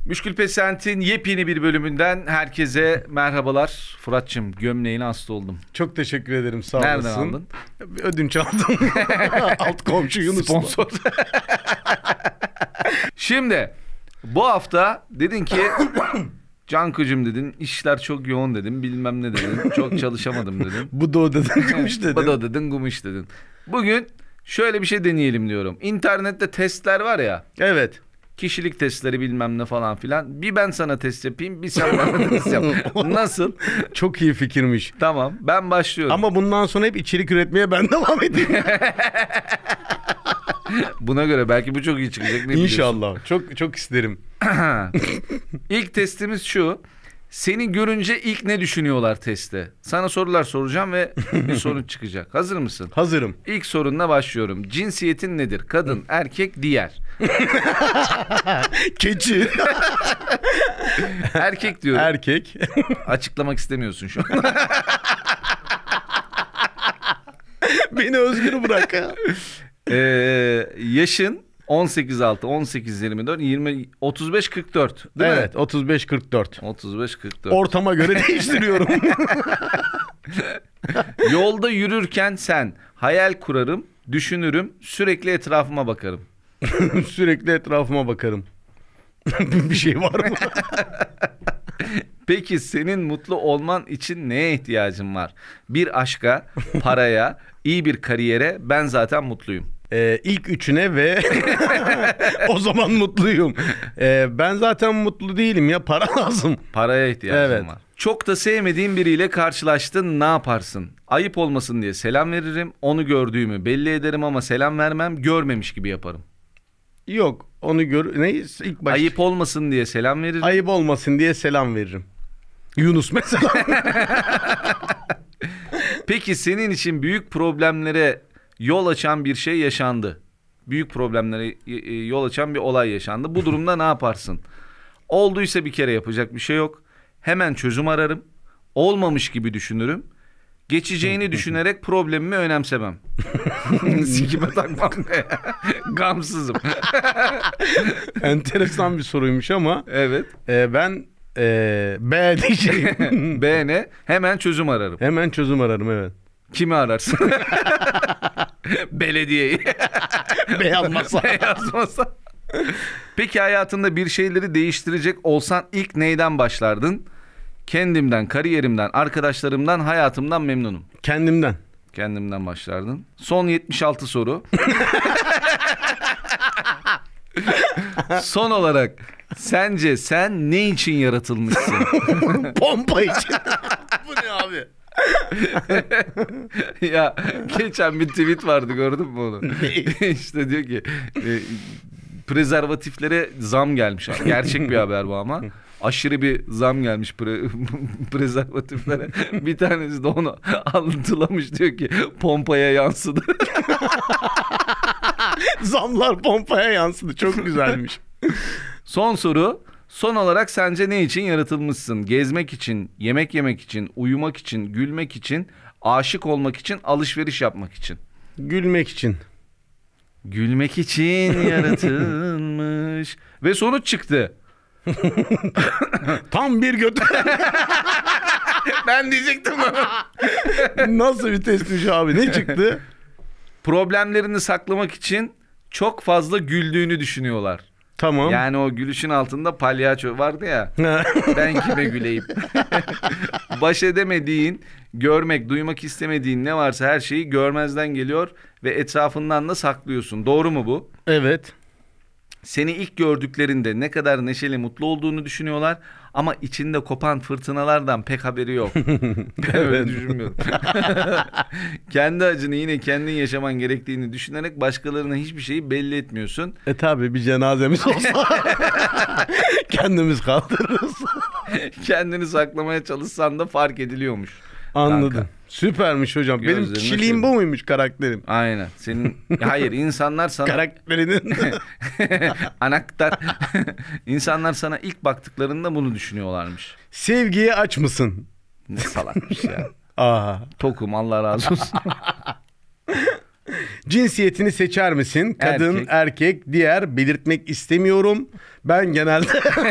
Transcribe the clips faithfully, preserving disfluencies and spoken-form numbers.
Müşkül Pesent'in yepyeni bir bölümünden herkese merhabalar. Fırat'cığım gömleğine hasta oldum. Çok teşekkür ederim, sağ olasın. Nereden aldın? Ödünç aldım. Alt komşu Yunus. Sponsor. Şimdi bu hafta dedin ki Canku'cum dedin, işler çok yoğun dedim, bilmem ne dedin, çok çalışamadım dedin. Bu da o dedin, gumuş dedin. Bu da dedin, gumuş dedin. Bugün şöyle bir şey deneyelim diyorum. İnternette testler var ya. Evet. Kişilik testleri bilmem ne falan filan. Bir ben sana test yapayım, bir sen bana test yap. Nasıl? Çok iyi fikirmiş. Tamam, ben başlıyorum. Ama bundan sonra hep içerik üretmeye ben devam edeyim. Buna göre belki bu çok iyi çıkacak. Ne İnşallah. biliyorsun? Çok çok isterim. İlk testimiz şu. Seni görünce ilk ne düşünüyorlar testte? Sana sorular soracağım ve bir sonuç çıkacak. Hazır mısın? Hazırım. İlk sorunla başlıyorum. Cinsiyetin nedir? Kadın, erkek, diğer. Keçi. Erkek diyorum. Erkek. Açıklamak istemiyorsun şu an. Beni özgür bırak. Ee, yaşın on sekiz altı, on sekiz yirmi dört, yirmi, otuz beş kırk dört. Değil evet, mi? otuz beş kırk dört. otuz beş kırk dört. Ortama göre değiştiriyorum. Yolda yürürken sen hayal kurarım, düşünürüm, sürekli etrafıma bakarım. Sürekli etrafıma bakarım. Bir şey var mı? Peki senin mutlu olman için neye ihtiyacın var? Bir aşka, paraya, iyi bir kariyere, ben zaten mutluyum. Ee, ilk üçüne ve o zaman mutluyum. Ee, ben zaten mutlu değilim ya, para lazım. Paraya ihtiyacın Evet. var. Çok da sevmediğin biriyle karşılaştın, ne yaparsın? Ayıp olmasın diye selam veririm, onu gördüğümü belli ederim ama selam vermem, görmemiş gibi yaparım. Yok, onu gör. Ne ilk baş... Ayıp olmasın diye selam veririm. Ayıp olmasın diye selam veririm. Yunus mesela. Peki senin için büyük problemlere yol açan bir şey yaşandı. Büyük problemlere yol açan bir olay yaşandı. Bu durumda ne yaparsın? Olduysa bir kere yapacak bir şey yok. Hemen çözüm ararım. Olmamış gibi düşünürüm. Geçeceğini düşünerek problemimi önemsemem. Sikime takmam ne? Gamsızım. Enteresan bir soruymuş ama. Evet. E, ben e, B diyeceğim. B ne? Hemen çözüm ararım. Hemen çözüm ararım, evet. Kimi ararsın? Belediyeyi. Beyaz masa. Beyaz masa. Peki hayatında bir şeyleri değiştirecek olsan ilk neyden başlardın? Kendimden, kariyerimden, arkadaşlarımdan, hayatımdan memnunum. Kendimden. Kendimden başlardın. Son yetmiş altı soru. Son olarak sence sen ne için yaratılmışsın? Pompa için. Bu ne abi? Ya geçen bir tweet vardı, gördün mü onu? İşte diyor ki e, prezervatiflere zam gelmiş. Gerçek bir haber bu ama. Aşırı bir zam gelmiş pre- prezervatiflere. Bir tanesi de onu alıntılamış, diyor ki pompaya yansıdı. Zamlar pompaya yansıdı. Çok güzelmiş. Son soru. Son olarak sence ne için yaratılmışsın? Gezmek için, yemek yemek için, uyumak için, gülmek için, aşık olmak için, alışveriş yapmak için. Gülmek için. Gülmek için yaratılmış. Ve sonuç çıktı. Tam bir göt. Ben diyecektim ama. Nasıl bir testmiş abi? Ne çıktı? Problemlerini saklamak için çok fazla güldüğünü düşünüyorlar. Tamam. Yani o gülüşün altında palyaço vardı ya. Ben kime güleyim? Baş edemediğin, görmek, duymak istemediğin ne varsa her şeyi görmezden geliyor ve etrafından da saklıyorsun. Doğru mu bu? Evet. Seni ilk gördüklerinde ne kadar neşeli, mutlu olduğunu düşünüyorlar ama içinde kopan fırtınalardan pek haberi yok. Ben öyle düşünmüyorum. Kendi acını yine kendin yaşaman gerektiğini düşünerek başkalarına hiçbir şeyi belli etmiyorsun. E tabi, bir cenazemiz olsa kendimiz kaldırırız. Kendini saklamaya çalışsan da fark ediliyormuş. Anladım. Kanka. Süpermiş hocam. Benim Gözlerine kişiliğim şey- bu muymuş, karakterim? Aynen. Senin hayır, insanlar sana Karakterinin. anahtar. İnsanlar sana ilk baktıklarında bunu düşünüyorlarmış. Sevgiye aç mısın? Ne salakmış ya. Aa. Tokum, Allah razı olsun. Cinsiyetini seçer misin? Kadın, Erkek. erkek, diğer belirtmek istemiyorum. Ben genelde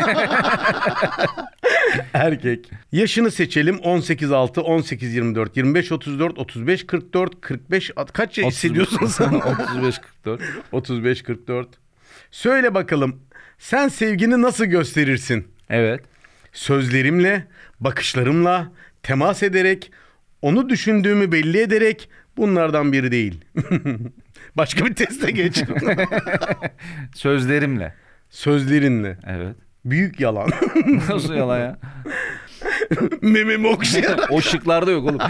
erkek. Yaşını seçelim. on sekiz altı, on sekiz yirmi dört, yirmi beş otuz dört, otuz beş kırk dört, kırk beş kaç yaş hissediyorsun sen? otuz beş kırk dört. otuz beş kırk dört. Söyle bakalım. Sen sevgini nasıl gösterirsin? Evet. Sözlerimle, bakışlarımla, temas ederek, onu düşündüğümü belli ederek, bunlardan biri değil. Başka bir teste geç. Sözlerimle. Sözlerinle. Evet. Büyük yalan. Nasıl yalan ya? Mememi okşayarak. O şıklarda yok oğlum.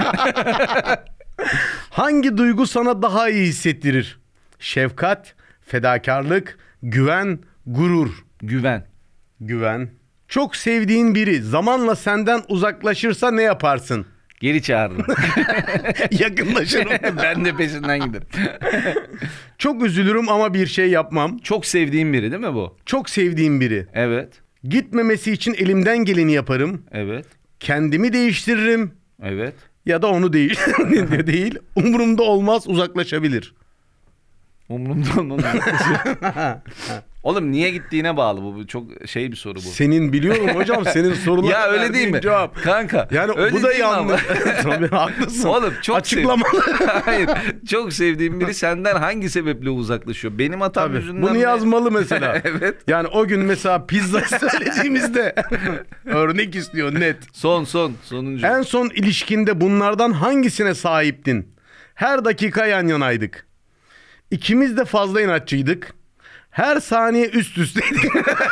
Hangi duygu sana daha iyi hissettirir? Şefkat, fedakarlık, güven, gurur. Güven. Güven. Çok sevdiğin biri zamanla senden uzaklaşırsa ne yaparsın? Geri çağırırım. Yakınlaşırım. Ben de peşinden giderim. Çok üzülürüm ama bir şey yapmam. Çok sevdiğim biri değil mi bu? Çok sevdiğim biri. Evet. Gitmemesi için elimden geleni yaparım. Evet. Kendimi değiştiririm. Evet. Ya da onu değil. değil. Umurumda olmaz, uzaklaşabilir. Umurumda olmaz. Oğlum niye gittiğine bağlı bu. Bu çok şey bir soru bu. Senin biliyorum hocam, senin sorular Ya öyle verdiğin değil mi? Cevap. Kanka. Yani öyle bu da değil mi ama? yanlış. Tabii haklısın. Oğlum çok Açıklamalı. sev- Hayır. Çok sevdiğim biri senden hangi sebeple uzaklaşıyor? Benim hatam Tabii. yüzünden Bunu mi? yazmalı mesela. Evet. Yani o gün mesela pizza söylediğimizde örnek istiyor net. Son son. Sonuncu. En son ilişkinde bunlardan hangisine sahiptin? Her dakika yan yanaydık. İkimiz de fazla inatçıydık. Her saniye üst üsteydik.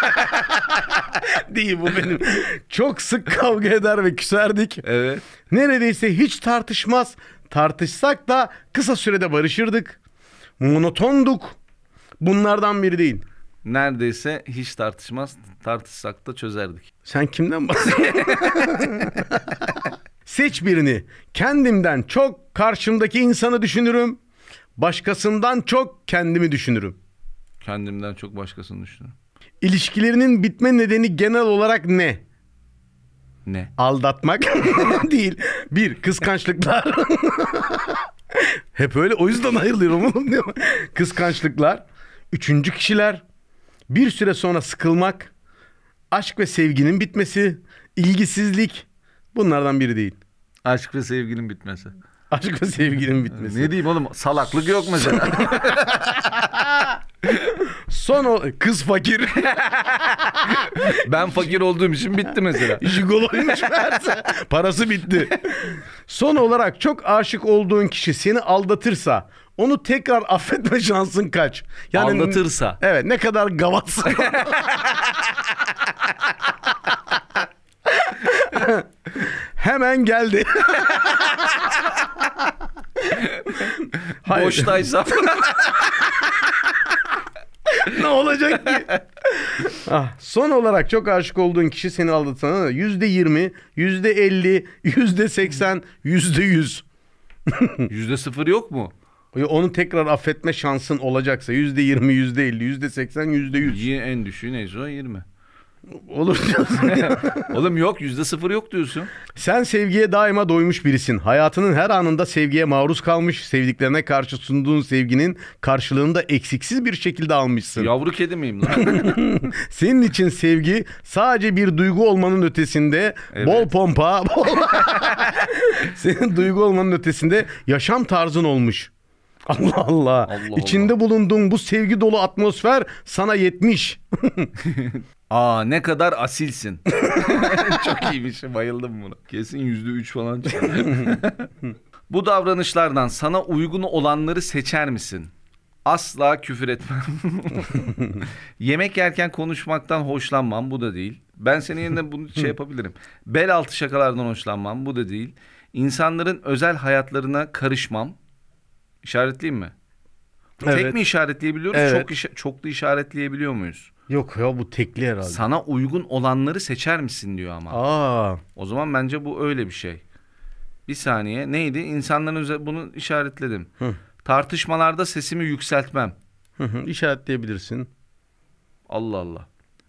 Değil bu benim. Çok sık kavga eder ve küserdik. Evet. Neredeyse hiç tartışmaz. Tartışsak da kısa sürede barışırdık. Monotonduk. Bunlardan biri değil. Neredeyse hiç tartışmaz. Tartışsak da çözerdik. Sen kimden bahsediyorsun? Seç birini. Kendimden çok karşımdaki insanı düşünürüm. Başkasından çok kendimi düşünürüm. Kendimden çok başkasını düşünüyorum. İlişkilerinin bitme nedeni genel olarak ne? Ne? Aldatmak değil. Bir, kıskançlıklar. Hep öyle, o yüzden ayrılıyorum oğlum diyor. Kıskançlıklar. Üçüncü kişiler. Bir süre sonra sıkılmak. Aşk ve sevginin bitmesi. İlgisizlik. Bunlardan biri değil. Aşk ve sevginin bitmesi. Aşk ve sevginin bitmesi. Ne diyeyim oğlum? Salaklık yok mesela. Son o kız fakir. Ben fakir olduğum için bitti mesela. Jigoloymuş meğerse. Parası bitti. Son olarak çok aşık olduğun kişi seni aldatırsa onu tekrar affetme şansın kaç? Aldatırsa. Evet, ne kadar gavatsın. Hemen geldi. Hayır. Boştaysa. Ne olacak ki? Ah, son olarak çok aşık olduğun kişi seni aldatsa yüzde yirmi, yüzde elli, yüzde seksen, yüzde yüz. Yüzde sıfır yok mu? Onu tekrar affetme şansın olacaksa yüzde yirmi, yüzde elli, yüzde seksen, yüzde yüz. Y- En düşüğü neyse o yirmi. Olur diyorsun ya. Oğlum yok, yüzde sıfır yok diyorsun. Sen sevgiye daima doymuş birisin. Hayatının her anında sevgiye maruz kalmış, sevdiklerine karşı sunduğun sevginin karşılığını da eksiksiz bir şekilde almışsın. Yavru kedi miyim lan? Senin için sevgi sadece bir duygu olmanın ötesinde, Evet. bol pompa, bol... senin duygu olmanın ötesinde yaşam tarzın olmuş. Allah Allah. Allah İçinde bulunduğun bu sevgi dolu atmosfer sana yetmiş. Aa ne kadar asilsin. Çok iyiymiş, bayıldım buna. Kesin yüzde üç falan çıkar. Bu davranışlardan sana uygun olanları seçer misin? Asla küfür etmem. Yemek yerken konuşmaktan hoşlanmam, bu da değil. Ben senin yerine bunu şey yapabilirim. Bel altı şakalardan hoşlanmam, bu da değil. İnsanların özel hayatlarına karışmam. İşaretleyeyim mi? Evet. Tek mi işaretleyebiliyoruz? Evet. Çok işe- çoklu işaretleyebiliyor muyuz? Yok ya, bu tekli herhalde. Sana uygun olanları seçer misin diyor ama. Aa. O zaman bence bu öyle bir şey. Bir saniye. Neydi? İnsanların özel... Bunu işaretledim. Hı. Tartışmalarda sesimi yükseltmem. Hı hı, işaretleyebilirsin. Allah Allah.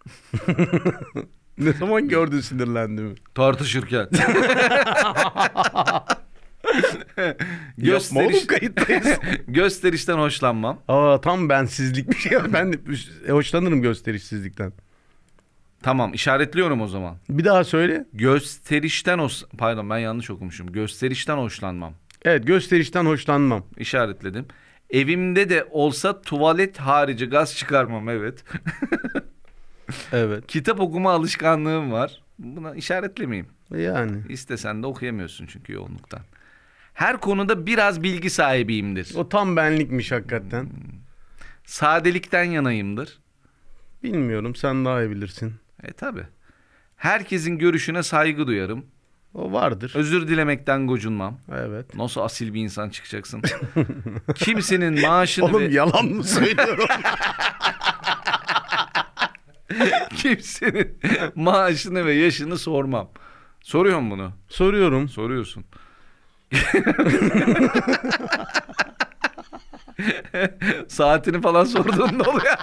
Ne zaman gördün sinirlendiğimi? Tartışırken. Yapma oğlum, Gösteriş, kayıttayız. gösterişten hoşlanmam. Aa, tam bensizlik bir şey. Ben de e, hoşlanırım gösterişsizlikten. Tamam, işaretliyorum o zaman. Bir daha söyle. Gösterişten hoş... Pardon, ben yanlış okumuşum. Gösterişten hoşlanmam. Evet, gösterişten hoşlanmam. İşaretledim. Evimde de olsa tuvalet harici gaz çıkarmam, evet. Evet. Kitap okuma alışkanlığım var. Buna işaretlemeyeyim. Yani. İstesen de okuyamıyorsun çünkü yoğunluktan. Her konuda biraz bilgi sahibiyimdir. O tam benlikmiş hakikaten. Sadelikten yanayımdır. Bilmiyorum, sen daha iyi bilirsin. E tabi. Herkesin görüşüne saygı duyarım. O vardır. Özür dilemekten gocunmam. Evet. Nasıl asil bir insan çıkacaksın? Kimsenin maaşını Oğlum ve... yalan mı söylüyorum? Kimsenin maaşını ve yaşını sormam. Soruyorum bunu. Soruyorum. Soruyorsun. Saatini falan sorduğunda oluyor.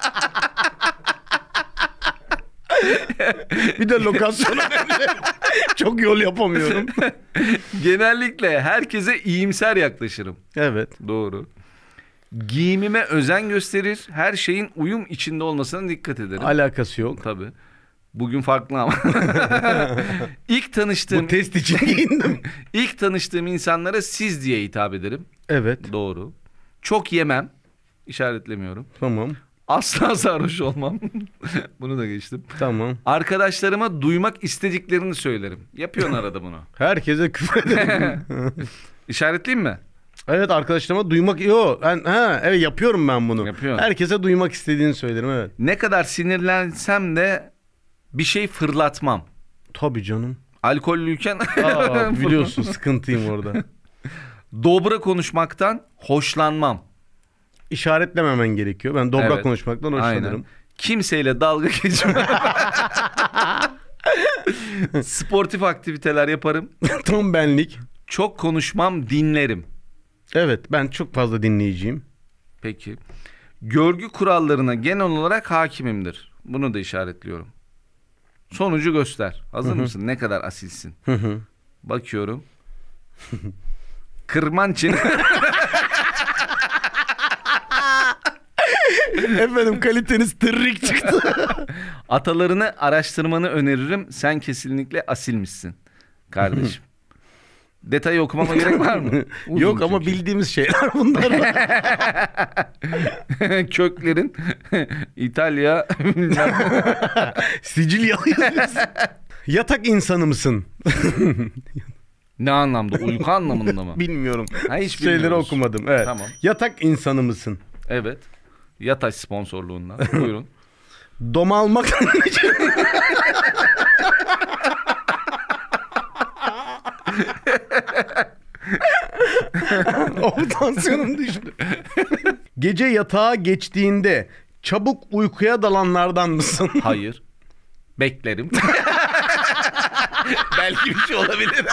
Bir de lokasyon önemli. Çok yol yapamıyorum. Genellikle herkese iyimser yaklaşırım. Evet. Doğru. Giyimime özen gösterir. Her şeyin uyum içinde olmasına dikkat ederim. Alakası yok. Tabii. Bugün farklı ama. İlk tanıştığım Bu test için giyindim. ilk tanıştığım insanlara siz diye hitap ederim. Evet. Doğru. Çok yemem. İşaretlemiyorum. Tamam. Asla sarhoş olmam. Bunu da geçtim. Tamam. Arkadaşlarıma duymak istediklerini söylerim. Yapıyorsun arada bunu. Herkese küfür ederim. İşaretleyeyim mi? Evet, arkadaşlarıma duymak... Yo, ben, ha, evet yapıyorum ben bunu. Yapıyorsun. Herkese duymak istediğini söylerim, evet. Ne kadar sinirlensem de bir şey fırlatmam. Tabii canım. Alkollüyken Aa, biliyorsun sıkıntıyım orada. dobra konuşmaktan hoşlanmam. İşaretlememen gerekiyor. Ben dobra Evet. konuşmaktan hoşlanırım. Aynen. Kimseyle dalga geçmem. Sportif aktiviteler yaparım. Tam benlik. Çok konuşmam, dinlerim. Evet, ben çok fazla dinleyiciyim. Peki. Görgü kurallarına genel olarak hakimimdir. Bunu da işaretliyorum. Sonucu göster. Hazır mısın? Ne kadar asilsin. Hı hı. Bakıyorum. Kırmançın. Efendim, kaliteniz tırrik çıktı. Atalarını araştırmanı öneririm. Sen kesinlikle asilmişsin kardeşim. Detayı okumama gerek var mı? Uzun Yok ama çünkü. bildiğimiz şeyler bunlar. Köklerin İtalya. Sicilyalıyız biz. Yatak insanı mısın? Ne anlamda? Uyku anlamında mı? Bilmiyorum. Ha, hiç Şeyleri bilmiyoruz. okumadım. Evet. Tamam. Yatak insanı mısın? Evet. Yataş sponsorluğundan. Buyurun. Domalmak. O tansiyonum düştü. Gece yatağa geçtiğinde çabuk uykuya dalanlardan mısın? Hayır. Beklerim. Belki bir şey olabilir.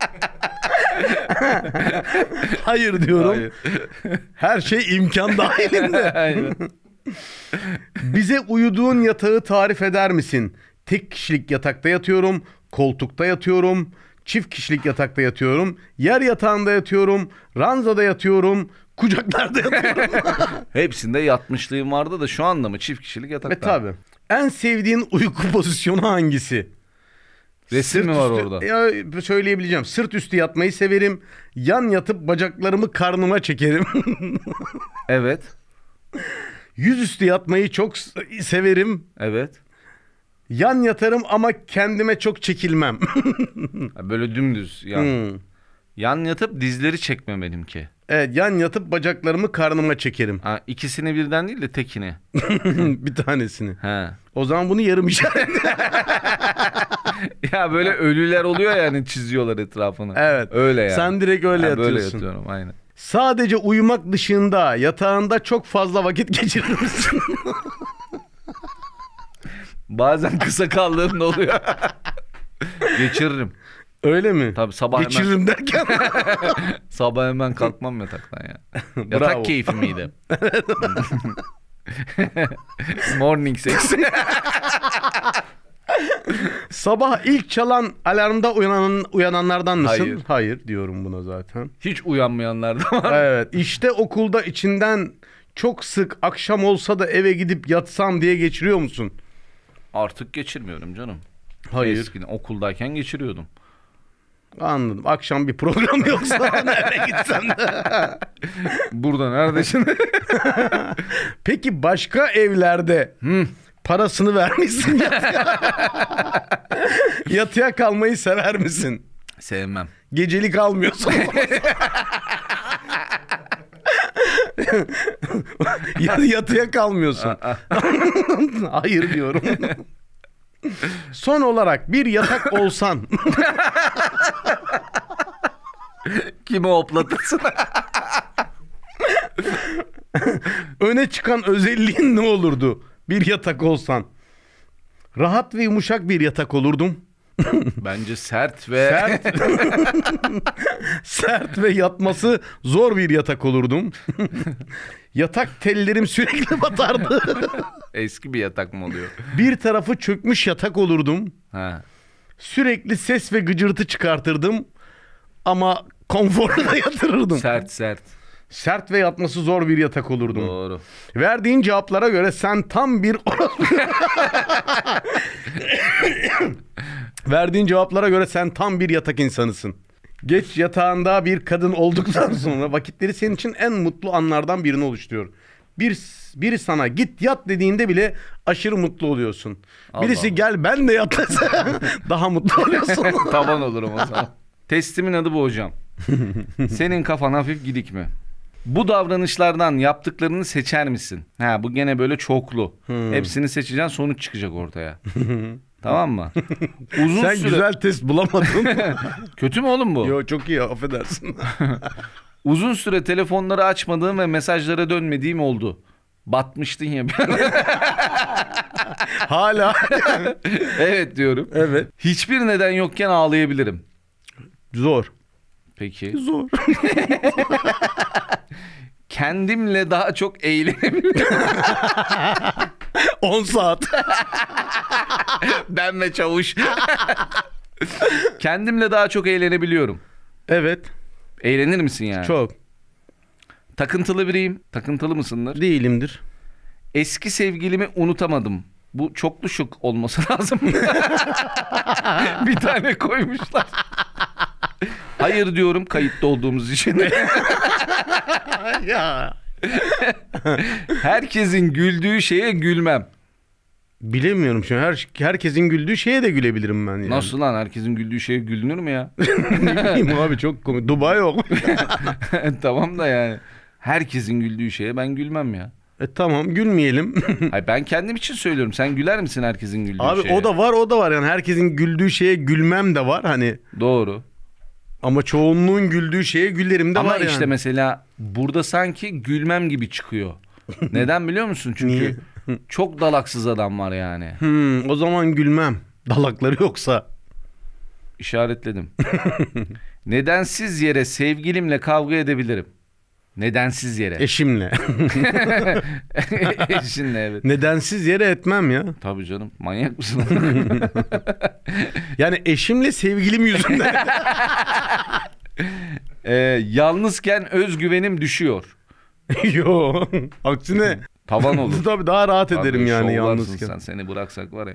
Hayır diyorum. Hayır. Her şey imkan dahilinde. Aynen. Bize uyuduğun yatağı tarif eder misin? Tek kişilik yatakta yatıyorum, koltukta yatıyorum, çift kişilik yatakta yatıyorum, yer yatağında yatıyorum, ranzada yatıyorum, kucaklarda yatıyorum. Hepsinde yatmışlığım vardı da şu anda mı? Çift kişilik yatakta. Ve tabii. En sevdiğin uyku pozisyonu hangisi? Resim mi Sırt var üstü- orada? Ya söyleyebileceğim. Sırt üstü yatmayı severim. Yan yatıp bacaklarımı karnıma çekerim. Evet. Yüzüstü yatmayı çok s- severim. Evet. Yan yatarım ama kendime çok çekilmem. Ha, böyle dümdüz yan. Hmm. Yan yatıp dizleri çekme benimki. Evet, yan yatıp bacaklarımı karnıma çekerim. Ha, ikisini birden değil de tekini. Bir tanesini. He. O zaman bunu yarım işaret. Ya böyle ölüler oluyor yani çiziyorlar etrafını. Evet. Öyle yani. Sen direkt öyle Ha, yatıyorsun. Böyle yatıyorum aynen. Sadece uyumak dışında yatağında çok fazla vakit geçirir misin? Bazen kısa kaldığında oluyor. Geçiririm. Öyle mi? Tabii sabah Geçiririm derken. hemen sabah hemen kalkmam yataktan ya. Bravo. Yatak keyfi miydi? Morning sex. Sabah ilk çalan alarmda uyanan, uyananlardan mısın? Hayır. Hayır diyorum buna zaten. Hiç uyanmayanlar da var. Evet. İşte okulda içinden çok sık akşam olsa da eve gidip yatsam diye geçiriyor musun? Artık geçirmiyorum canım. Hayır. Eskiden okuldayken geçiriyordum. Anladım. Akşam bir program yoksa nereye gitsem de. Burada neredesin? Peki başka evlerde Hmm. parasını vermişsin yatıya. Yatıya kalmayı sever misin? Sevmem. Gecelik almıyorsun. Ya- yatıya kalmıyorsun. Hayır diyorum. Son olarak bir yatak olsan Kimi hoplatırsın? öne çıkan özelliğin ne olurdu? Bir yatak olsan. Rahat ve yumuşak bir yatak olurdum. Bence sert ve... Sert. Sert ve yatması zor bir yatak olurdum. Yatak tellerim sürekli batardı. Eski bir yatak mı oluyor? Bir tarafı çökmüş yatak olurdum. Ha. Sürekli ses ve gıcırtı çıkartırdım. Ama konforlu da yatırırdım. Sert sert. Sert ve yatması zor bir yatak olurdum. Doğru. Verdiğin cevaplara göre sen tam bir... Verdiğin cevaplara göre sen tam bir yatak insanısın. Geç yatağında bir kadın olduktan sonra vakitleri senin için en mutlu anlardan birini oluşturuyor. Bir, biri sana git yat dediğinde bile aşırı mutlu oluyorsun. Allah Birisi Allah. gel ben de yat dese daha mutlu oluyorsun. Taban olurum o zaman. Testimin adı bu hocam. Senin kafan hafif gidik mi? Bu davranışlardan yaptıklarını seçer misin? Ha, bu gene böyle çoklu. Hmm. Hepsini seçeceksin, sonuç çıkacak ortaya. Tamam mı? Uzun Sen süre... güzel test bulamadın. Kötü mü oğlum bu? Yo çok iyi affedersin. Uzun süre telefonları açmadığım ve mesajlara dönmediğim oldu. Batmıştın ya. Hala. Evet diyorum. Evet. Hiçbir neden yokken ağlayabilirim. Zor. Peki. Zor. Kendimle daha çok eğlenebilirim. on saat. Ben ve çavuş. Kendimle daha çok eğlenebiliyorum. Evet. Eğlenir misin yani? Çok. Takıntılı biriyim. Takıntılı mısındır? Değilimdir. Eski sevgilimi unutamadım. Bu çoklu şık olması lazım. Bir tane koymuşlar. Hayır diyorum kayıtlı olduğumuz için. Ya. Herkesin güldüğü şeye gülmem. Bilemiyorum şu an. Her, herkesin güldüğü şeye de gülebilirim ben yani. Nasıl lan? Herkesin güldüğü şeye gülünür mü ya? Ne bileyim abi çok komik. Dubai yok. Tamam da yani. Herkesin güldüğü şeye ben gülmem ya. E tamam gülmeyelim. Hayır, ben kendim için söylüyorum. Sen güler misin herkesin güldüğü Abi şeye? o da var o da var yani herkesin güldüğü şeye gülmem de var hani. Doğru. Ama çoğunluğun güldüğü şeye gülerim de Ama var yani. işte mesela burada sanki gülmem gibi çıkıyor. Neden biliyor musun? Çünkü Niye? çok dalaksız adam var yani. Hmm, o zaman gülmem. Dalakları yoksa. İşaretledim. Nedensiz yere sevgilimle kavga edebilirim. Nedensiz yere. Eşimle. Eşinle evet. Nedensiz yere etmem ya. Tabii canım. Manyak mısın? Yani eşimle sevgilim yüzünden. Ee, yalnızken özgüvenim düşüyor. Yo. Aksine. Tavan olur. Tabii daha rahat Abi, ederim yani şovlarsın yalnızken. sen. Seni bıraksak var ya.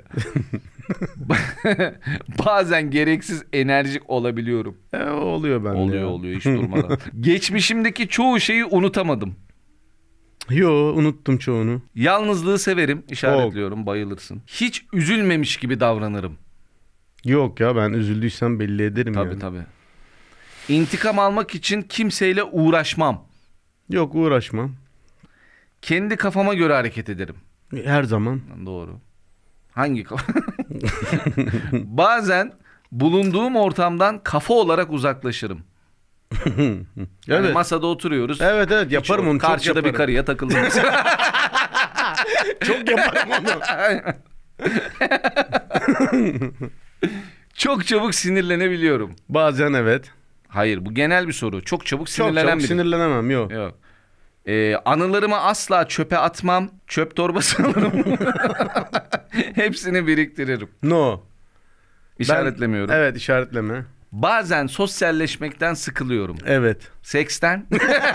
Bazen gereksiz enerjik olabiliyorum. E, oluyor bende. Oluyor ya. oluyor hiç durmadan. Geçmişimdeki çoğu şeyi unutamadım. Yo unuttum çoğunu. Yalnızlığı severim. İşaretliyorum. Bayılırsın. Hiç üzülmemiş gibi davranırım. Yok ya ben üzüldüysem belli ederim Tabii yani. tabii. İntikam almak için kimseyle uğraşmam. Yok uğraşmam. Kendi kafama göre hareket ederim. Her zaman. Doğru. Hangi kafa? Bazen bulunduğum ortamdan kafa olarak uzaklaşırım. Yani Evet. masada oturuyoruz. Evet evet Hiç yaparım o- onu. Karşıda çok bir yaparım. karıya takıldım. Çok yaparım onu. Çok çabuk sinirlenebiliyorum. Bazen evet. Hayır bu genel bir soru. Çok çabuk Çok sinirlenen çok biri. sinirlenemem yok. Yok. Ee, anılarımı asla çöpe atmam. Çöp torbası alırım. Hepsini biriktiririm. No. İşaretlemiyorum. Ben, evet işaretleme. Bazen sosyalleşmekten sıkılıyorum. Evet. Seksten.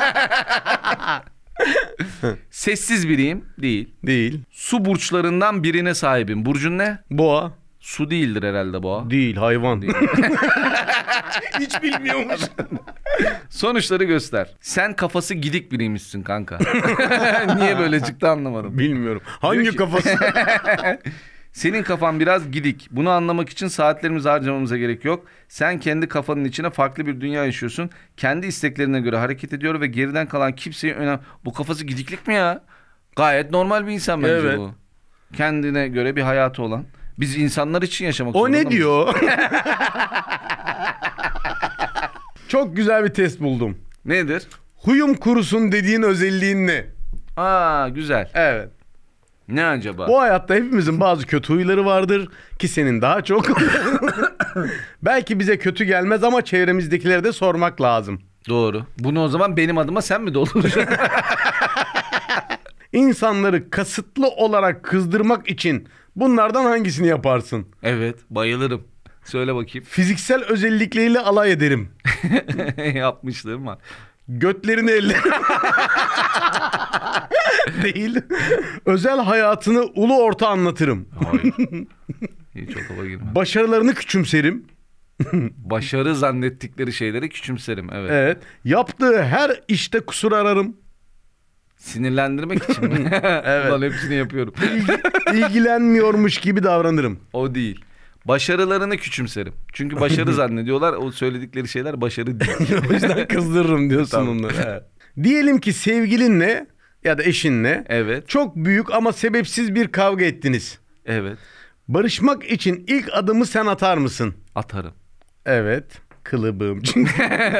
Sessiz biriyim. Değil. Değil. Su burçlarından birine sahibim. Burcun ne? Boğa. Su değildir herhalde boğa. Değil, hayvan. Değil. Hiç bilmiyormuş. Sonuçları göster. Sen kafası gidik biriymişsin kanka. Niye böyle çıktı anlamadım. Bilmiyorum. Hangi Diyor ki- kafası? Senin kafan biraz gidik. Bunu anlamak için saatlerimizi harcamamıza gerek yok. Sen kendi kafanın içine farklı bir dünya yaşıyorsun. Kendi isteklerine göre hareket ediyor ve geriden kalan kimseyi önem... Bu kafası gidiklik mi ya? Gayet normal bir insan bence Evet. bu. Kendine göre bir hayatı olan. Biz insanlar için yaşamak O zorunda ne mıyız? diyor? Çok güzel bir test buldum. Nedir? Huyum kurusun dediğin özelliğin ne? Aa güzel. Evet. Ne acaba? Bu hayatta hepimizin bazı kötü huyları vardır ki senin daha çok. Belki bize kötü gelmez ama çevremizdekilere de sormak lazım. Doğru. Bunu o zaman benim adıma sen mi dolduracaksın? İnsanları kasıtlı olarak kızdırmak için bunlardan hangisini yaparsın? Evet, bayılırım. Söyle bakayım. Fiziksel özellikleriyle alay ederim. Yapmışlığım var. Götlerini elle. Değil. Özel hayatını ulu orta anlatırım. Hayır. Hiç o topa girmem. Başarılarını küçümserim. Başarı zannettikleri şeyleri küçümserim. Evet. Evet. Yaptığı her işte kusur ararım. Sinirlendirmek için mi? Evet. Ulan hepsini yapıyorum. İlgilenmiyormuş gibi davranırım. O değil. Başarılarını küçümserim. Çünkü başarı zannediyorlar. O söyledikleri şeyler başarı değil. O yüzden kızdırırım diyorsun Tamam. onları. Evet. Diyelim ki sevgilinle ya da eşinle Evet. çok büyük ama sebepsiz bir kavga ettiniz. Evet. Barışmak için ilk adımı sen atar mısın? Atarım. Evet. Kılıbığım çünkü.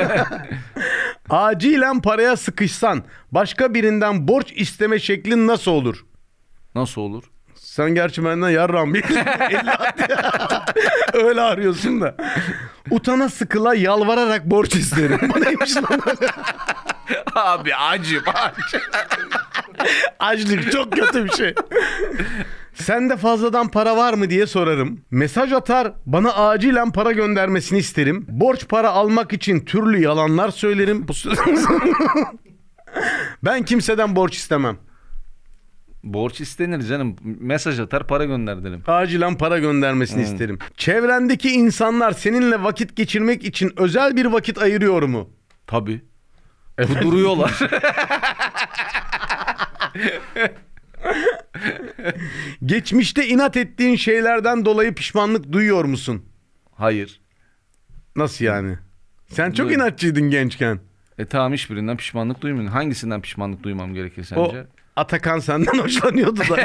Acilen paraya sıkışsan başka birinden borç isteme şeklin nasıl olur? Nasıl olur? Sen gerçi benden yarram bir elli at ya. Öyle arıyorsun da. Utana sıkıla yalvararak borç isterim. Bu neymiş lan? Abi acım acım. Açlık çok kötü bir şey. Sende fazladan para var mı diye sorarım. Mesaj atar, bana acilen para göndermesini isterim. Borç para almak için türlü yalanlar söylerim. Ben kimseden borç istemem. Borç istenir canım. Mesaj atar para gönder derim. Acilen para göndermesini Hmm. isterim. Çevrendeki insanlar seninle vakit geçirmek için özel bir vakit ayırıyor mu? Tabii. Kuduruyorlar. Geçmişte inat ettiğin şeylerden dolayı pişmanlık duyuyor musun? Hayır. Nasıl yani? Sen çok Duyuyorum. inatçıydın gençken. E tamam hiçbirinden pişmanlık duymuyorum. Hangisinden pişmanlık duymam gerekir O sence? Atakan senden hoşlanıyordu da.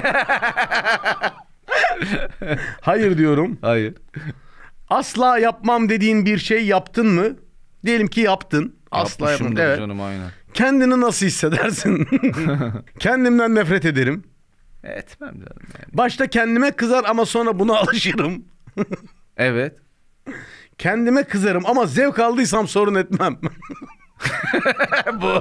Hayır diyorum. Hayır. Asla yapmam dediğin bir şey yaptın mı? Diyelim ki yaptın. Asla yapmadın. Yapmışımdır Evet. canım aynen. Kendini nasıl hissedersin? Kendimden nefret ederim. Etmem canım yani. Başta kendime kızar ama sonra buna alışırım. Evet. Kendime kızarım ama zevk aldıysam sorun etmem. Bu.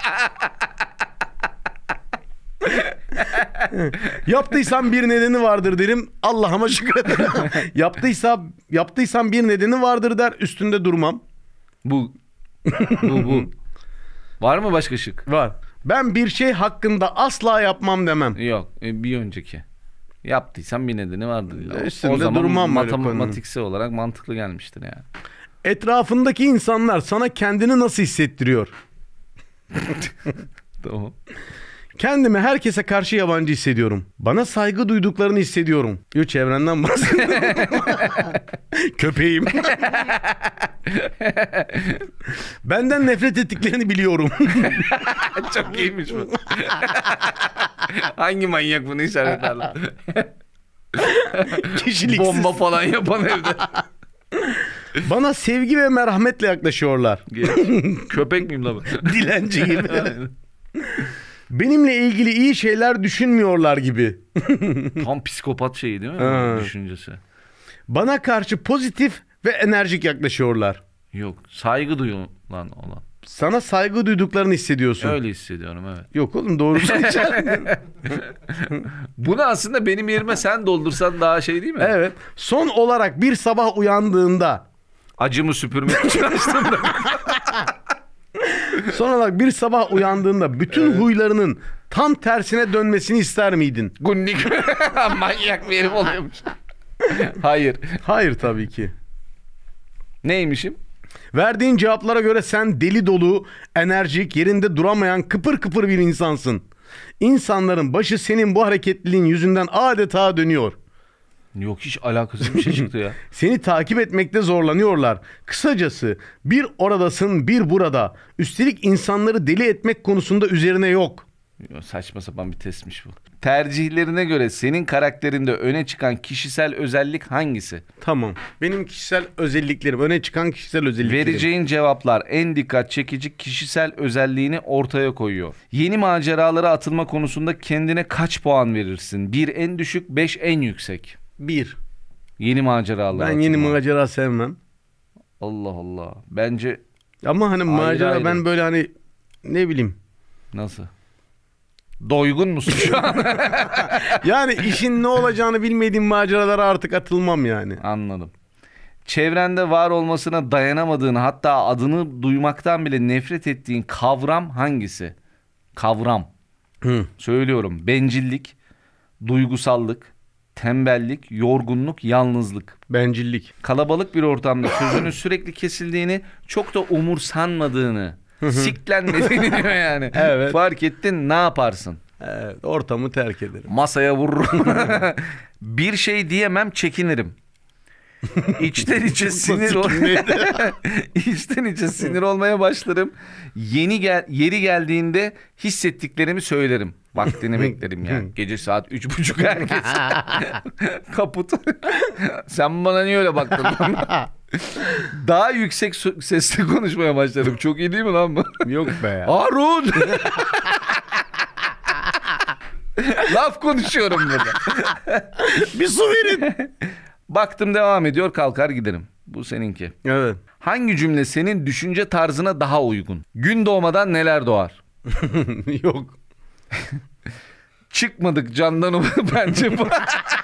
Yaptıysam bir nedeni vardır derim. Allah'ıma şükrederim. Yaptıysa, yaptıysam bir nedeni vardır der. Üstünde durmam. Bu. Bu bu. Var mı başka şık? Var. Ben bir şey hakkında asla yapmam demem. Yok. E, bir önceki. Yaptıysan bir nedeni vardır. Ya. Üstünde o zaman durmam böyle matematiksel olarak mantıklı gelmiştir yani. Etrafındaki insanlar sana kendini nasıl hissettiriyor? Tamam. Kendimi herkese karşı yabancı hissediyorum. Bana saygı duyduklarını hissediyorum. Yo, çevrenden bahsediyorum. Köpeğim. Benden nefret ettiklerini biliyorum. Çok iyiymiş bu. Hangi manyak bunu işaretler? Kişiliksiz. Bomba falan yapan evde. Bana sevgi ve merhametle yaklaşıyorlar. Köpek miyim la bu? Dilenci gibi. Benimle ilgili iyi şeyler düşünmüyorlar gibi. Tam psikopat şeyi değil mi? Ha. Düşüncesi. Bana karşı pozitif ve enerjik yaklaşıyorlar. Yok. Saygı duyulan olan. Sana saygı duyduklarını hissediyorsun. Öyle hissediyorum, evet. Yok oğlum, doğrusu içer. Bunu aslında benim yerime sen doldursan daha şey değil mi? Evet. Son olarak bir sabah uyandığında Acımı süpürmek için açtığımda. son olarak bir sabah uyandığında bütün Evet. huylarının tam tersine dönmesini ister miydin? Gunnik. Manyak bir herif oluyormuş. Hayır. Hayır tabii ki. Neymişim? Verdiğin cevaplara göre sen deli dolu, enerjik, yerinde duramayan kıpır kıpır bir insansın. İnsanların başı senin bu hareketliliğin yüzünden adeta dönüyor. Yok, hiç alakasız bir şey çıktı ya. Seni takip etmekte zorlanıyorlar. Kısacası bir oradasın, bir burada. Üstelik insanları deli etmek konusunda üzerine yok. Yo, saçma sapan bir testmiş bu. Tercihlerine göre senin karakterinde öne çıkan kişisel özellik hangisi? Tamam. Benim kişisel özelliklerim, öne çıkan kişisel özelliklerim. Vereceğin cevaplar en dikkat çekici kişisel özelliğini ortaya koyuyor. Yeni maceralara atılma konusunda kendine kaç puan verirsin? Bir en düşük, beş en yüksek. Bir. Yeni maceralara Ben yeni atılma. macera sevmem. Allah Allah. Bence Ama hani macera ayrı. ben böyle hani ne bileyim. nasıl? Doygun musun şu an? Yani işin ne olacağını bilmediğim maceralara artık atılmam yani. Anladım. Çevrende var olmasına dayanamadığın, hatta adını duymaktan bile nefret ettiğin kavram hangisi? Kavram. Hı. Söylüyorum. Bencillik, duygusallık, tembellik, yorgunluk, yalnızlık. Bencillik. Kalabalık bir ortamda sözünün sürekli kesildiğini, çok da umursanmadığını, siklenmediğini diyor yani. Evet. Fark ettin, ne yaparsın? Evet, ortamı terk ederim. Masaya vururum. Bir şey diyemem, çekinirim. İçten içe sinir ol İçten içe sinir olmaya başlarım. Yeni gel yeri geldiğinde hissettiklerimi söylerim. Vaktini beklerim yani. Gece saat üç buçuk herkes. Kaput. Sen bana niye öyle baktın? Daha yüksek sesle konuşmaya başlarım. Çok iyi değil mi lan bu? Yok be ya. Harun! Laf konuşuyorum burada. Bir su verin. Baktım devam ediyor, kalkar giderim. Bu seninki. Evet. Hangi cümle senin düşünce tarzına daha uygun? Gün doğmadan neler doğar? Yok. Çıkmadık candan umut bence bu.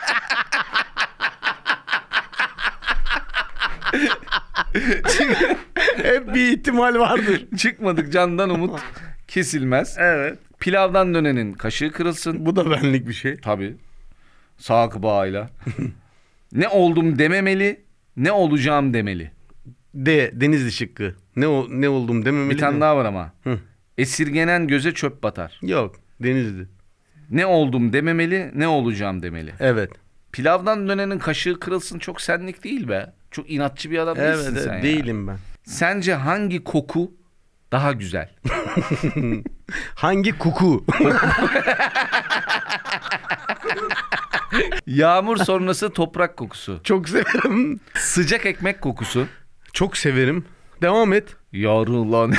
Hep bir ihtimal vardır. Çıkmadık candan umut kesilmez. Evet. Pilavdan dönenin kaşığı kırılsın. Bu da benlik bir şey. Tabii. Sağ bağıyla. Ne oldum dememeli, ne olacağım demeli. D. Denizli şıkkı. Ne o, ne oldum dememeli Bir tane mi? daha var ama. Hı. Esirgenen göze çöp batar. Yok. Denizli. Ne oldum dememeli, ne olacağım demeli. Evet. Pilavdan dönenin kaşığı kırılsın çok senlik değil be. Çok inatçı bir adam Evet, değilsin evet sen ya. değilim ben. Sence hangi koku daha güzel? Hangi kuku? Yağmur sonrası toprak kokusu. Çok severim. Sıcak ekmek kokusu. Çok severim. Devam et. Yarılan.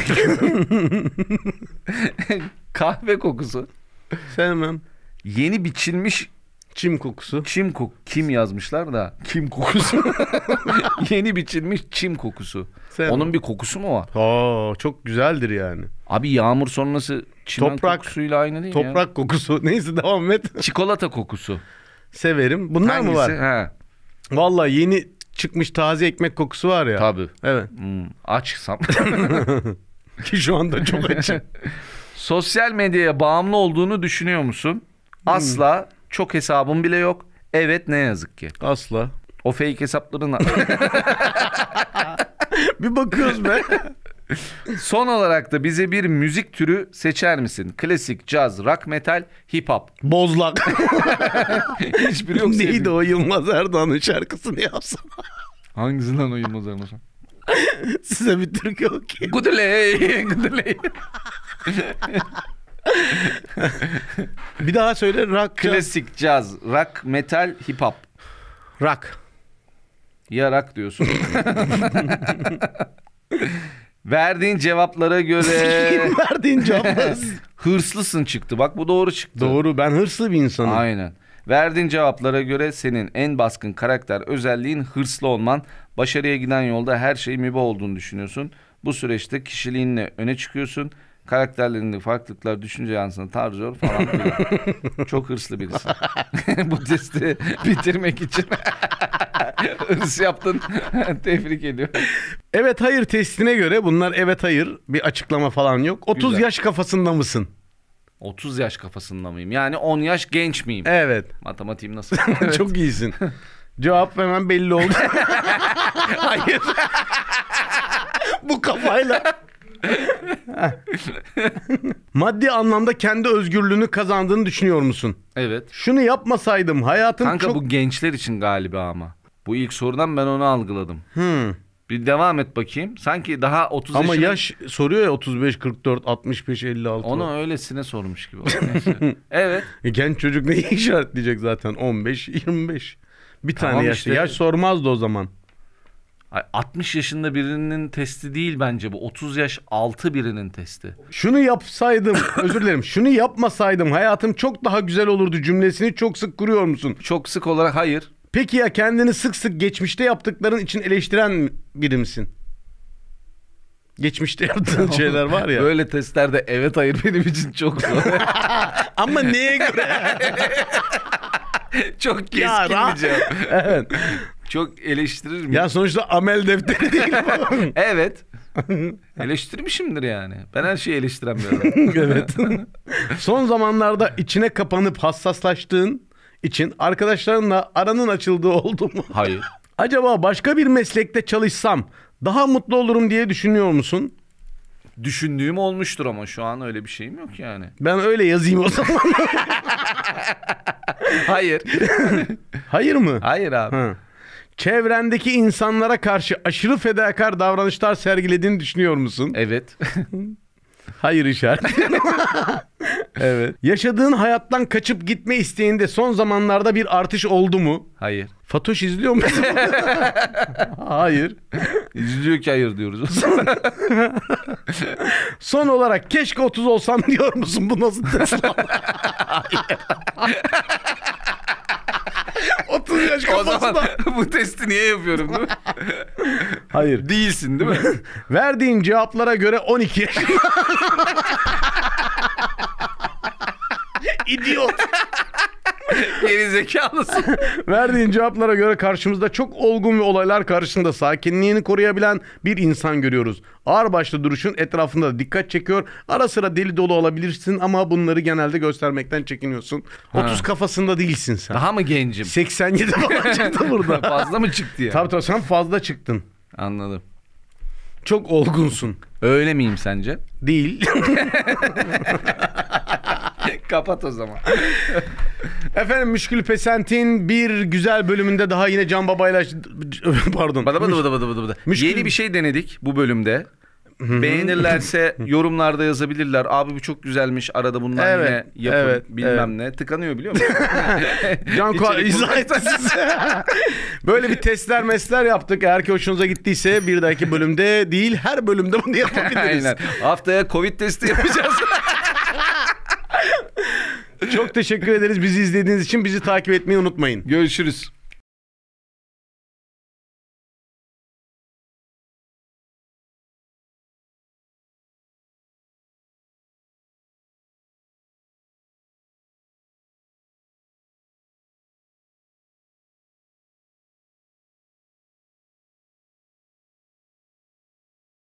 Kahve kokusu. Sevmem. Yeni biçilmiş Çim kokusu. çim koku. Kim yazmışlar da? Kim kokusu? Yeni biçilmiş çim kokusu. Sevmem. Onun bir kokusu mu var? Aa, çok güzeldir yani. Abi yağmur sonrası çimen Toprak- kokusuyla aynı değil ya. Toprak kokusu. Neyse devam et. Çikolata kokusu. Severim. Bunlar mı var? Ha, Vallahi yeni çıkmış taze ekmek kokusu var ya. tabii. Evet. Hmm, açsam. Ki şu anda çok açım. Sosyal medyaya bağımlı olduğunu düşünüyor musun? Asla. Çok hesabım bile yok. Evet, ne yazık ki. Asla. O fake hesapların... Bir bakıyoruz be. Son olarak da bize bir müzik türü seçer misin? Klasik, caz, rock, metal, hip hop. Bozlak. Hiçbiri yok. Neydi sevdiğim. o Yılmaz Erdoğan'ın şarkısını yapsam? Hangisi lan o Yılmaz Erdoğan? Size bir türkü okuyayım. Guduley, guduley. Bir daha söyle. Rock. Klasik, caz, rock, metal, hip hop. Rock. Ya rock diyorsun. Verdiğin cevaplara göre Verdiğin cevaplar. hırslısın çıktı. Bak bu doğru çıktı. Doğru, ben hırslı bir insanım. Aynen. Verdiğin cevaplara göre senin en baskın karakter özelliğin hırslı olman. Başarıya giden yolda her şey mübah olduğunu düşünüyorsun. Bu süreçte kişiliğinle öne çıkıyorsun. Karakterlerinde farklılıklar, düşünce yansıma, tarzı falan filan. Çok hırslı birisin. Bu testi bitirmek için hırs yaptın. Tebrik ediyorum. Evet hayır testine göre bunlar evet hayır bir açıklama falan yok. otuz Güzel. yaş kafasında mısın? otuz yaş kafasında mıyım? Yani on yaş genç miyim? Evet. Matematiğim nasıl? Evet. Çok iyisin. Cevap hemen belli oldu. Hayır. Bu kafayla. Maddi anlamda kendi özgürlüğünü kazandığını düşünüyor musun? Evet. Şunu yapmasaydım hayatım Kanka çok... bu gençler için galiba ama. Bu ilk sorudan ben onu algıladım. Hmm. Bir devam et bakayım. Sanki daha otuz Ama yaşına... yaş soruyor ya otuz beş, kırk dört, altmış beş, elli altı. Onu öylesine sormuş gibi oldu. Neyse. Evet. E, genç çocuk neyi işaretleyecek zaten? on beş, yirmi beş. Bir Tamam tane yaşta. işte. Yaş sormazdı o zaman. Ay, altmış yaşında birinin testi değil bence bu. otuz yaş altı birinin testi. Şunu yapsaydım, özür dilerim. Şunu yapmasaydım hayatım çok daha güzel olurdu cümlesini çok sık kuruyor musun? Çok sık olarak hayır. Peki ya kendini sık sık geçmişte yaptıkların için eleştiren biri misin? Geçmişte yaptığın şeyler var ya. Böyle testlerde evet hayır benim için çok zor. Ama neye göre? Çok keskin Ya, bir cevap. Evet. Çok eleştirir miyim? Ya sonuçta amel defteri değil. Evet. Eleştirmişimdir yani. Ben her şeyi eleştiren bir adamım. Evet. Son zamanlarda içine kapanıp hassaslaştığın için arkadaşlarınla aranın açıldığı oldu mu? Hayır. Acaba başka bir meslekte çalışsam daha mutlu olurum diye düşünüyor musun? Düşündüğüm olmuştur ama şu an öyle bir şeyim yok yani. Ben öyle yazayım o zaman. Hayır. Hayır mı? Hayır abi. Ha. Çevrendeki insanlara karşı aşırı fedakar davranışlar sergilediğini düşünüyor musun? Evet. Hayır işaret. Evet. Yaşadığın hayattan kaçıp gitme isteğinde son zamanlarda bir artış oldu mu? Hayır. Fatoş izliyor musun? Hayır. İzliyor ki hayır diyoruz o zaman. Son olarak keşke otuz olsam diyor musun? Bu nasıl Tesla? otuz yaş O zaman kafasında. bu testi niye yapıyorum değil mi? Hayır. Değilsin değil mi? Verdiğin cevaplara göre on iki yaş. İdiot. Geri zekalısın. Verdiğin cevaplara göre karşımızda çok olgun ve olaylar karşısında sakinliğini koruyabilen bir insan görüyoruz. Ağırbaşlı duruşun etrafında dikkat çekiyor. Ara sıra deli dolu olabilirsin ama bunları genelde göstermekten çekiniyorsun. Ha. otuz kafasında değilsin sen. Daha mı gencim? seksen yedi falan çıktı burada. Fazla mı çıktı ya? Tabii tabii sen fazla çıktın. Anladım. Çok olgunsun. Öyle miyim sence? Değil. Kapat o zaman. Efendim Müşkül Pesent'in bir güzel bölümünde daha yine Can Baba'yla pardon. Bada bada bada bada bada bada. Müşkül- Yeni bir şey denedik bu bölümde. Beğenirlerse yorumlarda yazabilirler. Abi bu çok güzelmiş. Arada bundan Evet, yine yapın evet, bilmem ne. Tıkanıyor biliyor musun? Can Ko İçerik izah etti size. Böyle bir testler mesler yaptık. Eğer ki hoşunuza gittiyse bir dahaki bölümde değil her bölümde bunu yapabiliriz. Aynen. Haftaya Covid testi yapacağız. Çok teşekkür ederiz bizi izlediğiniz için. Bizi takip etmeyi unutmayın. Görüşürüz.